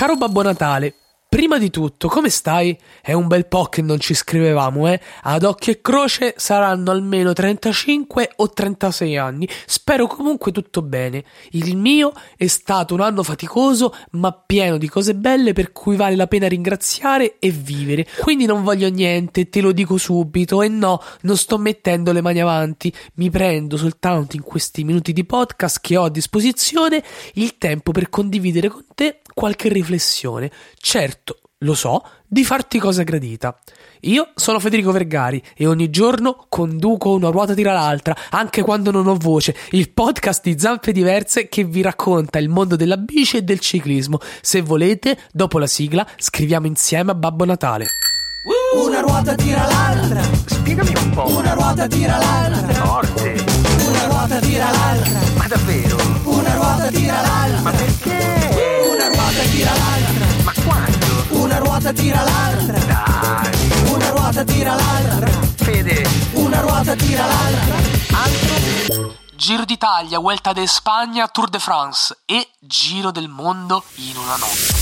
Caro Babbo Natale, prima di tutto, come stai? È un bel po' che non ci scrivevamo, eh? Ad occhio e croce saranno almeno 35 o 36 anni. Spero comunque tutto bene. Il mio è stato un anno faticoso, ma pieno di cose belle per cui vale la pena ringraziare e vivere. Quindi non voglio niente, te lo dico subito. E no, non sto mettendo le mani avanti. Mi prendo soltanto in questi minuti di podcast che ho a disposizione il tempo per condividere con te qualche riflessione. Certo, lo so, di farti cosa gradita. Io sono Federico Vergari e ogni giorno conduco Una ruota tira l'altra, anche quando non ho voce, il podcast di Zampe Diverse che vi racconta il mondo della bici e del ciclismo. Se volete, dopo la sigla, scriviamo insieme a Babbo Natale. Una ruota tira l'altra. Spiegami un po'. Una ruota tira l'altra. Forte. Una ruota tira l'altra. Ma davvero? Una ruota tira l'altra. Ma perché? Una ruota tira l'altra. Ma quando? Una ruota tira l'altra. Dai. Una ruota tira l'altra. Fede. Una ruota tira l'altra. Altro? Giro d'Italia, Vuelta de Spagna, Tour de France e Giro del Mondo in una notte.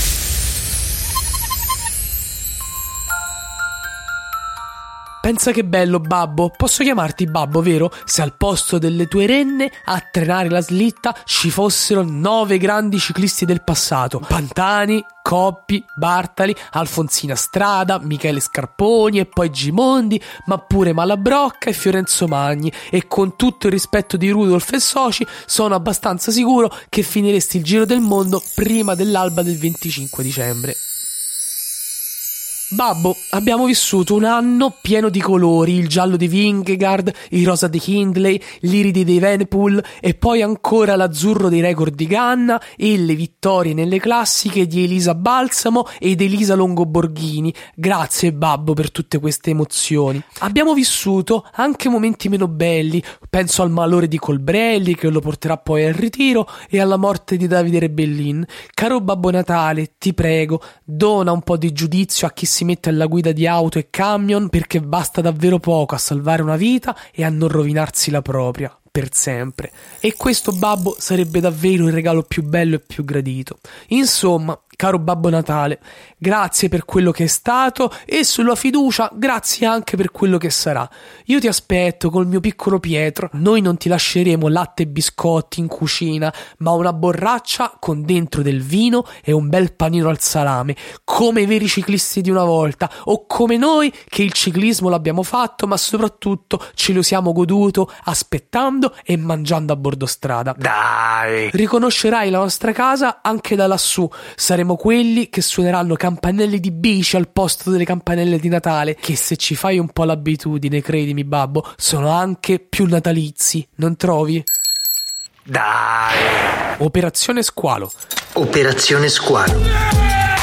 Pensa che bello, babbo. Posso chiamarti babbo, vero? Se al posto delle tue renne a trenare la slitta ci fossero 9 grandi ciclisti del passato: Pantani, Coppi, Bartali, Alfonsina Strada, Michele Scarponi e poi Gimondi, ma pure Malabrocca e Fiorenzo Magni. E con tutto il rispetto di Rudolf e soci, sono abbastanza sicuro che finiresti il Giro del Mondo prima dell'alba del 25 dicembre. Babbo, abbiamo vissuto un anno pieno di colori: il giallo di Vingegaard, il rosa di Hindley, l'iride dei Evenepoel e poi ancora l'azzurro dei record di Ganna e le vittorie nelle classiche di Elisa Balsamo ed Elisa Longoborghini. Grazie babbo per tutte queste emozioni. Abbiamo vissuto anche momenti meno belli, penso al malore di Colbrelli che lo porterà poi al ritiro e alla morte di Davide Rebellin. Caro Babbo Natale, ti prego, dona un po' di giudizio a chi si mette alla guida di auto e camion, perché basta davvero poco a salvare una vita e a non rovinarsi la propria per sempre. E questo, babbo, sarebbe davvero il regalo più bello e più gradito. Insomma, caro Babbo Natale, grazie per quello che è stato e sulla fiducia grazie anche per quello che sarà. Io ti aspetto col mio piccolo Pietro. Noi non ti lasceremo latte e biscotti in cucina, ma una borraccia con dentro del vino e un bel panino al salame, come i veri ciclisti di una volta, o come noi che il ciclismo l'abbiamo fatto, ma soprattutto ce lo siamo goduto aspettando e mangiando a bordo strada. Dai. Riconoscerai la nostra casa anche da lassù. Saremo quelli che suoneranno campanelli di bici al posto delle campanelle di Natale, che se ci fai un po' l'abitudine, credimi babbo, sono anche più natalizi, non trovi? Dai. Operazione Squalo. Operazione Squalo.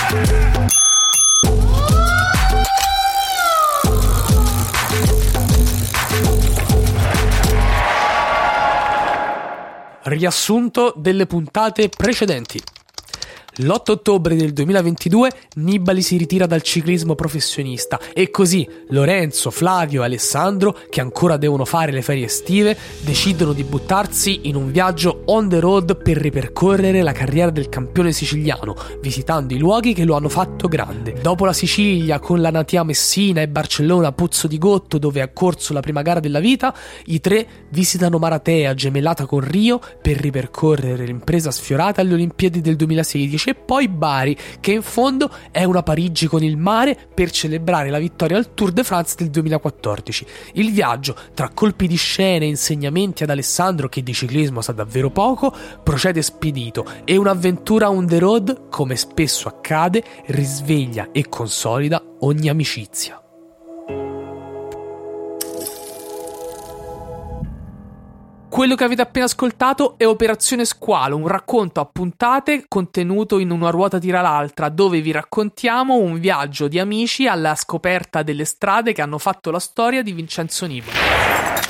Riassunto delle puntate precedenti. L'8 ottobre del 2022 Nibali si ritira dal ciclismo professionista e così Lorenzo, Flavio e Alessandro, che ancora devono fare le ferie estive, decidono di buttarsi in un viaggio on the road per ripercorrere la carriera del campione siciliano, visitando i luoghi che lo hanno fatto grande. Dopo la Sicilia, con la Natia Messina e Barcellona Pozzo di Gotto, dove ha corso la prima gara della vita, i tre visitano Maratea, gemellata con Rio, per ripercorrere l'impresa sfiorata alle Olimpiadi del 2016, e poi Bari, che in fondo è una Parigi con il mare, per celebrare la vittoria al Tour de France del 2014. Il viaggio, tra colpi di scena e insegnamenti ad Alessandro, che di ciclismo sa davvero poco, procede spedito e un'avventura on the road, come spesso accade, risveglia e consolida ogni amicizia. Quello che avete appena ascoltato è Operazione Squalo, un racconto a puntate contenuto in Una ruota tira l'altra, dove vi raccontiamo un viaggio di amici alla scoperta delle strade che hanno fatto la storia di Vincenzo Nibali.